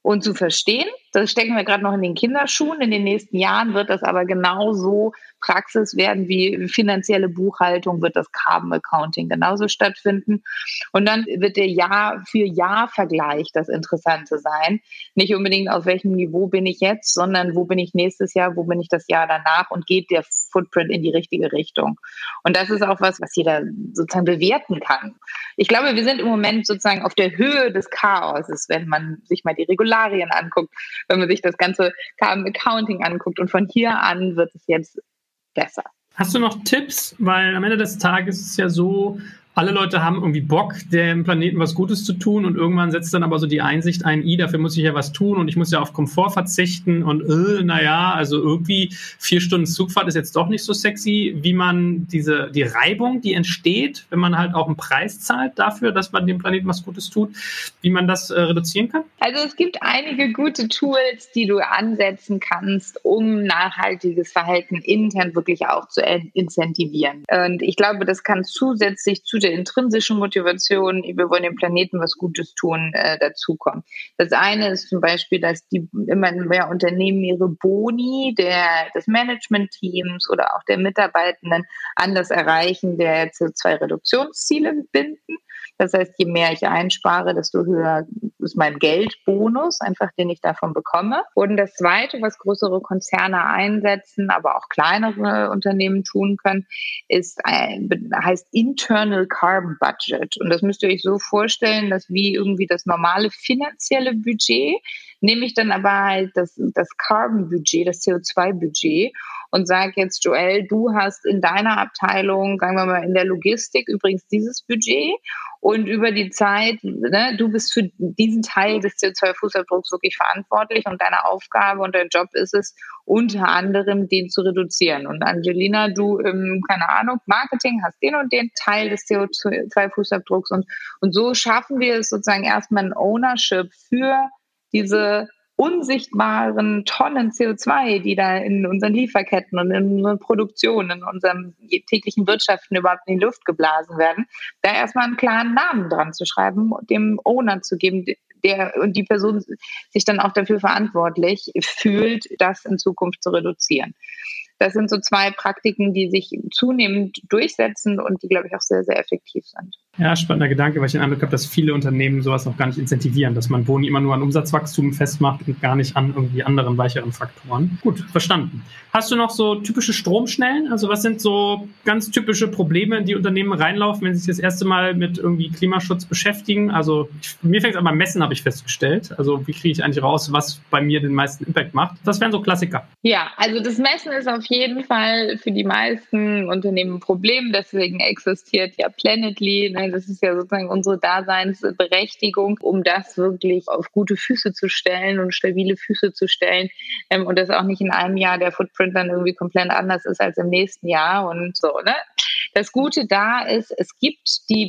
Speaker 3: und zu verstehen. Das stecken wir gerade noch in den Kinderschuhen. In den nächsten Jahren wird das aber genauso Praxis werden wie finanzielle Buchhaltung, wird das Carbon Accounting genauso stattfinden. Und dann wird der Jahr-für-Jahr-Vergleich das Interessante sein. Nicht unbedingt auf welchem Niveau bin ich jetzt, sondern wo bin ich nächstes Jahr, wo bin ich das Jahr danach und geht der Footprint in die richtige Richtung. Und das ist auch was, was jeder sozusagen bewerten kann. Ich glaube, wir sind im Moment sozusagen auf der Höhe des Chaoses, wenn man sich mal die Regularien anguckt, wenn man sich das ganze Carbon Accounting anguckt. Und von hier an wird es jetzt besser.
Speaker 2: Hast du noch Tipps? Weil am Ende des Tages ist es ja so, alle Leute haben irgendwie Bock, dem Planeten was Gutes zu tun und irgendwann setzt dann aber so die Einsicht ein, i, dafür muss ich ja was tun und ich muss ja auf Komfort verzichten und äh, naja, also irgendwie vier Stunden Zugfahrt ist jetzt doch nicht so sexy, wie man diese die Reibung, die entsteht, wenn man halt auch einen Preis zahlt dafür, dass man dem Planeten was Gutes tut, wie man das äh, reduzieren kann?
Speaker 3: Also es gibt einige gute Tools, die du ansetzen kannst, um nachhaltiges Verhalten intern wirklich auch zu incentivieren. Und ich glaube, das kann zusätzlich zu der intrinsischen Motivation, wir wollen dem Planeten was Gutes tun, äh, dazukommen. Das eine ist zum Beispiel, dass die immer mehr Unternehmen ihre Boni der, des Management-Teams oder auch der Mitarbeitenden an das Erreichen der C O zwei Reduktionsziele binden. Das heißt, je mehr ich einspare, desto höher ist mein Geldbonus, einfach den ich davon bekomme. Und das Zweite, was größere Konzerne einsetzen, aber auch kleinere Unternehmen tun können, ist heißt Internal Carbon Budget. Und das müsst ihr euch so vorstellen, dass wie irgendwie das normale finanzielle Budget, nehme ich dann aber halt das, das Carbon Budget, das C O zwei Budget und sage jetzt, Joel, du hast in deiner Abteilung, sagen wir mal in der Logistik übrigens dieses Budget und über die Zeit, ne, du bist für diesen Teil des C O zwei Fußabdrucks wirklich verantwortlich und deine Aufgabe und dein Job ist es, unter anderem den zu reduzieren. Und Angelina, du, ähm, keine Ahnung, Marketing, hast den und den Teil des C O zwei Fußabdrucks und, und so schaffen wir es sozusagen erstmal ein Ownership für diese unsichtbaren Tonnen C O zwei, die da in unseren Lieferketten und in unserer Produktion, in unserem täglichen Wirtschaften überhaupt in die Luft geblasen werden, da erstmal einen klaren Namen dran zu schreiben und dem Owner zu geben, der und die Person sich dann auch dafür verantwortlich fühlt, das in Zukunft zu reduzieren. Das sind so zwei Praktiken, die sich zunehmend durchsetzen und die, glaube ich, auch sehr, sehr effektiv sind.
Speaker 2: Ja, spannender Gedanke, weil ich den Eindruck habe, dass viele Unternehmen sowas noch gar nicht incentivieren, dass man Boni immer nur an Umsatzwachstum festmacht und gar nicht an irgendwie anderen weicheren Faktoren. Gut, verstanden. Hast du noch so typische Stromschnellen? Also was sind so ganz typische Probleme, in die Unternehmen reinlaufen, wenn sie sich das erste Mal mit irgendwie Klimaschutz beschäftigen? Also ich, mir fängt es an beim Messen, habe ich festgestellt. Also wie kriege ich eigentlich raus, was bei mir den meisten Impact macht? Das wären so Klassiker.
Speaker 3: Ja, also das Messen ist auf jeden Fall für die meisten Unternehmen ein Problem. Deswegen existiert ja Planetly. Ne? Das ist ja sozusagen unsere Daseinsberechtigung, um das wirklich auf gute Füße zu stellen und stabile Füße zu stellen. Ähm, und dass auch nicht in einem Jahr der Footprint dann irgendwie komplett anders ist als im nächsten Jahr und so, ne? Das Gute da ist, es gibt die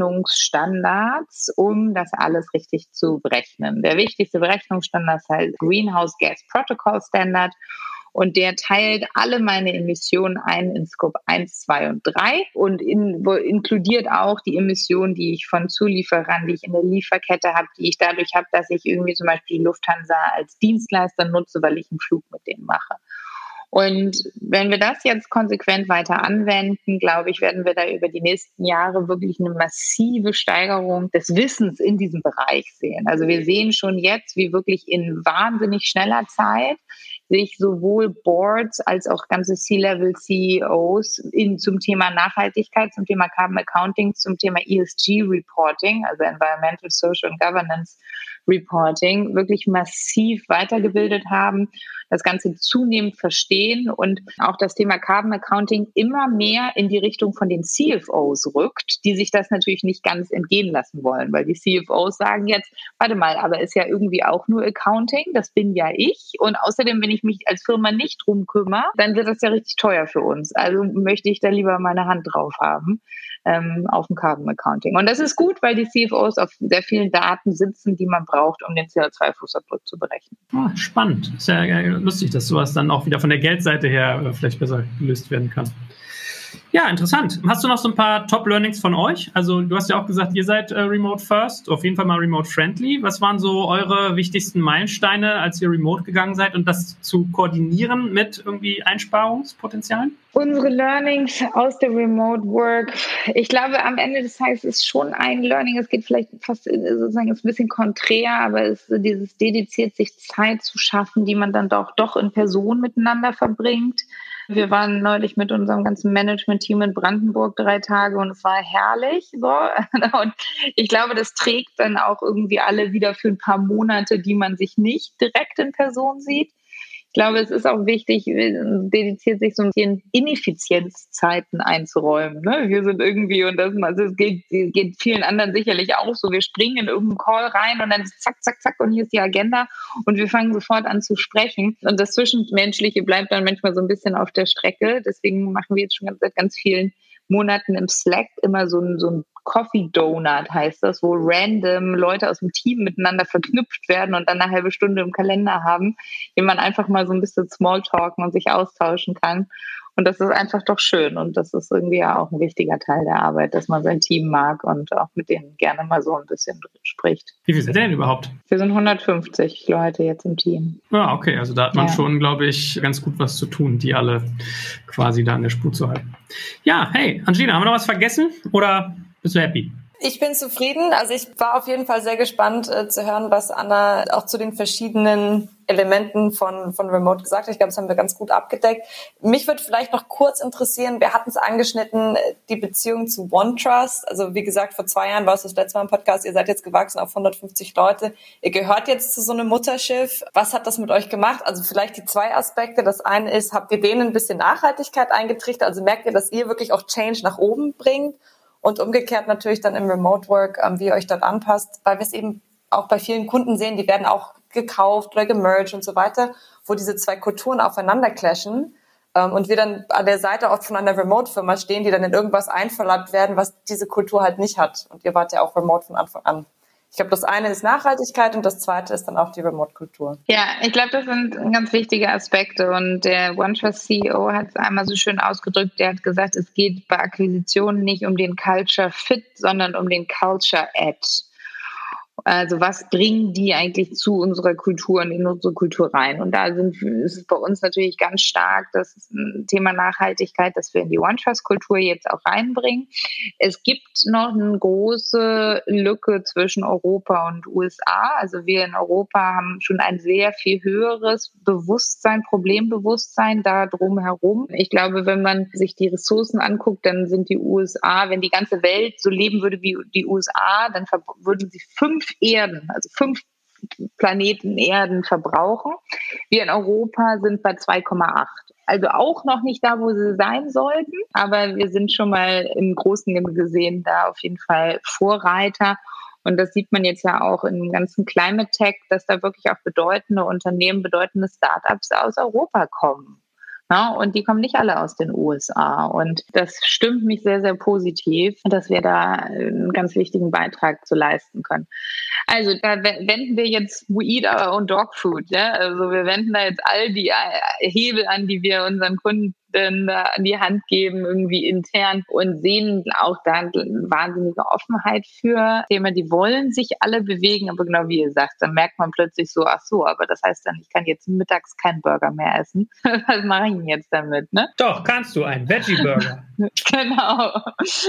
Speaker 3: Berechnungsstandards, um das alles richtig zu berechnen. Der wichtigste Berechnungsstandard ist halt Greenhouse Gas Protocol Standard. Und der teilt alle meine Emissionen ein in Scope eins, zwei und drei und in, inkludiert auch die Emissionen, die ich von Zulieferern, die ich in der Lieferkette habe, die ich dadurch habe, dass ich irgendwie zum Beispiel die Lufthansa als Dienstleister nutze, weil ich einen Flug mit denen mache. Und wenn wir das jetzt konsequent weiter anwenden, glaube ich, werden wir da über die nächsten Jahre wirklich eine massive Steigerung des Wissens in diesem Bereich sehen. Also wir sehen schon jetzt, wie wirklich in wahnsinnig schneller Zeit sich sowohl Boards als auch ganze C-Level-C E Os in, zum Thema Nachhaltigkeit, zum Thema Carbon Accounting, zum Thema E S G-Reporting, also Environmental, Social and Governance Reporting, wirklich massiv weitergebildet haben, das Ganze zunehmend verstehen und auch das Thema Carbon Accounting immer mehr in die Richtung von den C F Os rückt, die sich das natürlich nicht ganz entgehen lassen wollen, weil die C F Os sagen jetzt, warte mal, aber ist ja irgendwie auch nur Accounting, das bin ja ich und außerdem, wenn ich mich als Firma nicht drum kümmere, dann wird das ja richtig teuer für uns. Also möchte ich da lieber meine Hand drauf haben ähm, auf dem Carbon Accounting. Und das ist gut, weil die C F Os auf sehr vielen Daten sitzen, die man braucht, um den C O zwei Fußabdruck zu berechnen.
Speaker 2: Oh, spannend. Ist ja lustig, dass sowas dann auch wieder von der Geldseite her vielleicht besser gelöst werden kann. Ja, interessant. Hast du noch so ein paar Top-Learnings von euch? Also du hast ja auch gesagt, ihr seid äh, Remote First, auf jeden Fall mal Remote Friendly. Was waren so eure wichtigsten Meilensteine, als ihr Remote gegangen seid und das zu koordinieren mit irgendwie Einsparungspotenzialen?
Speaker 3: Unsere Learnings aus der Remote Work, ich glaube, am Ende des Tages ist schon ein Learning, es geht vielleicht fast sozusagen ein bisschen konträr, aber es ist dieses dediziert, sich Zeit zu schaffen, die man dann doch, doch in Person miteinander verbringt. Wir waren neulich mit unserem ganzen Management-Team in Brandenburg drei Tage und es war herrlich. So. Und ich glaube, das trägt dann auch irgendwie alle wieder für ein paar Monate, die man sich nicht direkt in Person sieht. Ich glaube, es ist auch wichtig, dediziert sich so ein bisschen Ineffizienzzeiten einzuräumen. Ne? Wir sind irgendwie, und das also es geht, es geht vielen anderen sicherlich auch so, wir springen in irgendeinen Call rein und dann zack, zack, zack und hier ist die Agenda und wir fangen sofort an zu sprechen. Und das Zwischenmenschliche bleibt dann manchmal so ein bisschen auf der Strecke. Deswegen machen wir jetzt schon seit ganz vielen Monaten im Slack immer so ein, so ein Coffee Donut heißt das, wo random Leute aus dem Team miteinander verknüpft werden und dann eine halbe Stunde im Kalender haben, in man einfach mal so ein bisschen Smalltalken und sich austauschen kann. Und das ist einfach doch schön und das ist irgendwie ja auch ein wichtiger Teil der Arbeit, dass man sein Team mag und auch mit denen gerne mal so ein bisschen spricht.
Speaker 2: Wie viel seid ihr denn überhaupt?
Speaker 3: Wir sind hundertfünfzig Leute jetzt im Team.
Speaker 2: Ah, okay, also da hat man
Speaker 3: ja.
Speaker 2: schon, glaube ich, ganz gut was zu tun, die alle quasi da an der Spur zu halten. Ja, hey, Angelina, haben wir noch was vergessen oder bist du happy?
Speaker 4: Ich bin zufrieden. Also ich war auf jeden Fall sehr gespannt äh, zu hören, was Anna auch zu den verschiedenen Elementen von von Remote gesagt hat. Ich glaube, das haben wir ganz gut abgedeckt. Mich würde vielleicht noch kurz interessieren, wir hatten es angeschnitten, die Beziehung zu OneTrust. Also wie gesagt, vor zwei Jahren war es das letzte Mal im Podcast, ihr seid jetzt gewachsen auf hundertfünfzig Leute. Ihr gehört jetzt zu so einem Mutterschiff. Was hat das mit euch gemacht? Also vielleicht die zwei Aspekte. Das eine ist, habt ihr denen ein bisschen Nachhaltigkeit eingetrichtert? Also merkt ihr, dass ihr wirklich auch Change nach oben bringt? Und umgekehrt natürlich dann im Remote Work, ähm, wie ihr euch dort anpasst, weil wir es eben auch bei vielen Kunden sehen, die werden auch gekauft oder gemerged und so weiter, wo diese zwei Kulturen aufeinander clashen ähm, und wir dann an der Seite auch von einer Remote-Firma stehen, die dann in irgendwas einverleibt werden, was diese Kultur halt nicht hat. Und ihr wart ja auch remote von Anfang an. Ich glaube, das eine ist Nachhaltigkeit und das zweite ist dann auch die Remote-Kultur.
Speaker 3: Ja, ich glaube, das sind ganz wichtige Aspekte und der OneTrust C E O hat es einmal so schön ausgedrückt, der hat gesagt, es geht bei Akquisitionen nicht um den Culture Fit, sondern um den Culture Add. Also was bringen die eigentlich zu unserer Kultur und in unsere Kultur rein? Und da sind, ist es bei uns natürlich ganz stark das Thema Nachhaltigkeit, das wir in die OneTrust-Kultur jetzt auch reinbringen. Es gibt noch eine große Lücke zwischen Europa und U S A. Also wir in Europa haben schon ein sehr viel höheres Bewusstsein, Problembewusstsein da drumherum. Ich glaube, wenn man sich die Ressourcen anguckt, dann sind die U S A, wenn die ganze Welt so leben würde wie die U S A, dann würden sie fünf Erden, also fünf Planeten Erden verbrauchen. Wir in Europa sind bei zwei Komma acht. Also auch noch nicht da, wo sie sein sollten, aber wir sind schon mal im Großen gesehen da auf jeden Fall Vorreiter. Und das sieht man jetzt ja auch im ganzen Climate Tech, dass da wirklich auch bedeutende Unternehmen, bedeutende Startups aus Europa kommen. Ja, und die kommen nicht alle aus den U S A. Und das stimmt mich sehr, sehr positiv, dass wir da einen ganz wichtigen Beitrag zu leisten können. Also da wenden wir jetzt We Eat Our Own Dog Food. Ja? Also wir wenden da jetzt all die Hebel an, die wir unseren Kunden an die Hand geben, irgendwie intern und sehen auch da eine wahnsinnige Offenheit für Themen. Die wollen sich alle bewegen, aber genau wie ihr sagt, dann merkt man plötzlich so, ach so, aber das heißt dann, ich kann jetzt mittags keinen Burger mehr essen. Was mache ich denn jetzt damit, ne?
Speaker 2: Doch, kannst du, einen Veggie-Burger.
Speaker 3: Genau.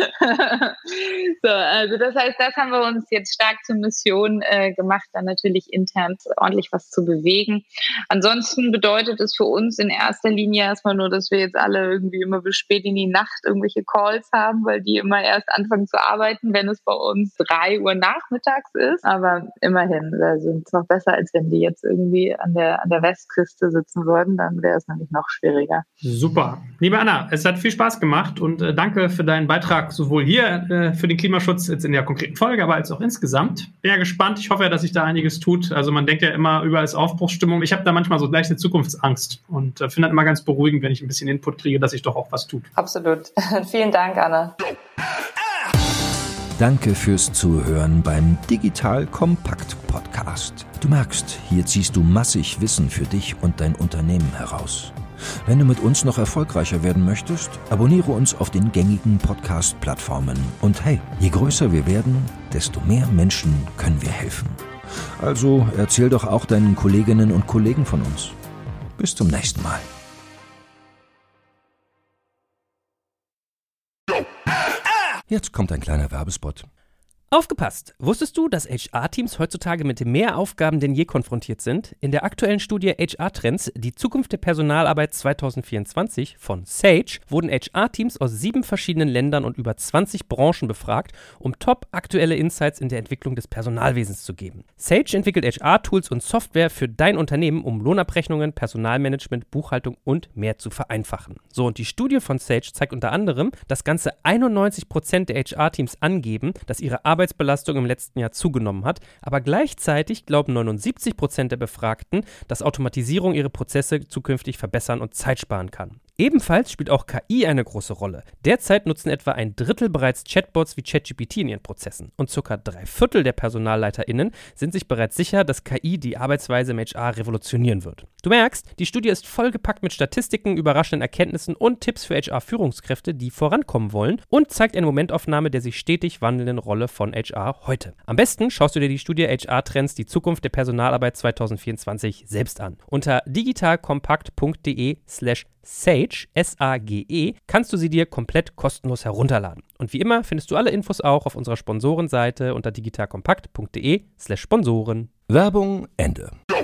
Speaker 3: So, also das heißt, das haben wir uns jetzt stark zur Mission äh, gemacht, dann natürlich intern ordentlich was zu bewegen. Ansonsten bedeutet es für uns in erster Linie erstmal nur, dass wir jetzt alle irgendwie immer bis spät in die Nacht irgendwelche Calls haben, weil die immer erst anfangen zu arbeiten, wenn es bei uns drei Uhr nachmittags ist. Aber immerhin, da sind es noch besser, als wenn die jetzt irgendwie an der, an der Westküste sitzen würden, dann wäre es nämlich noch schwieriger.
Speaker 2: Super. Liebe Anna, es hat viel Spaß gemacht und äh, danke für deinen Beitrag, sowohl hier äh, für den Klimaschutz jetzt in der konkreten Folge, aber als auch insgesamt. Bin ja gespannt. Ich hoffe ja, dass sich da einiges tut. Also man denkt ja immer, überall ist Aufbruchsstimmung. Ich habe da manchmal so gleich eine Zukunftsangst und äh, finde das immer ganz beruhigend, wenn ich ein bisschen Input kriege, dass sich doch auch was tut.
Speaker 4: Absolut. Vielen Dank, Anna.
Speaker 1: Danke fürs Zuhören beim Digital Kompakt Podcast. Du merkst, hier ziehst du massig Wissen für dich und dein Unternehmen heraus. Wenn du mit uns noch erfolgreicher werden möchtest, abonniere uns auf den gängigen Podcast-Plattformen. Und hey, je größer wir werden, desto mehr Menschen können wir helfen. Also erzähl doch auch deinen Kolleginnen und Kollegen von uns. Bis zum nächsten Mal. Jetzt kommt ein kleiner Werbespot.
Speaker 5: Aufgepasst! Wusstest du, dass H R-Teams heutzutage mit mehr Aufgaben denn je konfrontiert sind? In der aktuellen Studie H R-Trends, die Zukunft der Personalarbeit zwanzig vierundzwanzig von Sage, wurden H R-Teams aus sieben verschiedenen Ländern und über zwanzig Branchen befragt, um top aktuelle Insights in der Entwicklung des Personalwesens zu geben. Sage entwickelt H R-Tools und Software für dein Unternehmen, um Lohnabrechnungen, Personalmanagement, Buchhaltung und mehr zu vereinfachen. So, und die Studie von Sage zeigt unter anderem, dass ganze einundneunzig Prozent der H R-Teams angeben, dass ihre Arbeit Arbeitsbelastung im letzten Jahr zugenommen hat, aber gleichzeitig glauben neunundsiebzig Prozent der Befragten, dass Automatisierung ihre Prozesse zukünftig verbessern und Zeit sparen kann. Ebenfalls spielt auch K I eine große Rolle. Derzeit nutzen etwa ein Drittel bereits Chatbots wie ChatGPT in ihren Prozessen und circa drei Viertel der PersonalleiterInnen sind sich bereits sicher, dass K I die Arbeitsweise im H R revolutionieren wird. Du merkst, die Studie ist vollgepackt mit Statistiken, überraschenden Erkenntnissen und Tipps für H R-Führungskräfte, die vorankommen wollen und zeigt eine Momentaufnahme der sich stetig wandelnden Rolle von H R heute. Am besten schaust du dir die Studie H R-Trends, die Zukunft der Personalarbeit zwanzig vierundzwanzig selbst an. Unter digitalkompakt.de slash Sage, S A G E, kannst du sie dir komplett kostenlos herunterladen. Und wie immer findest du alle Infos auch auf unserer Sponsorenseite unter digitalkompakt.de slash Sponsoren.
Speaker 1: Werbung Ende.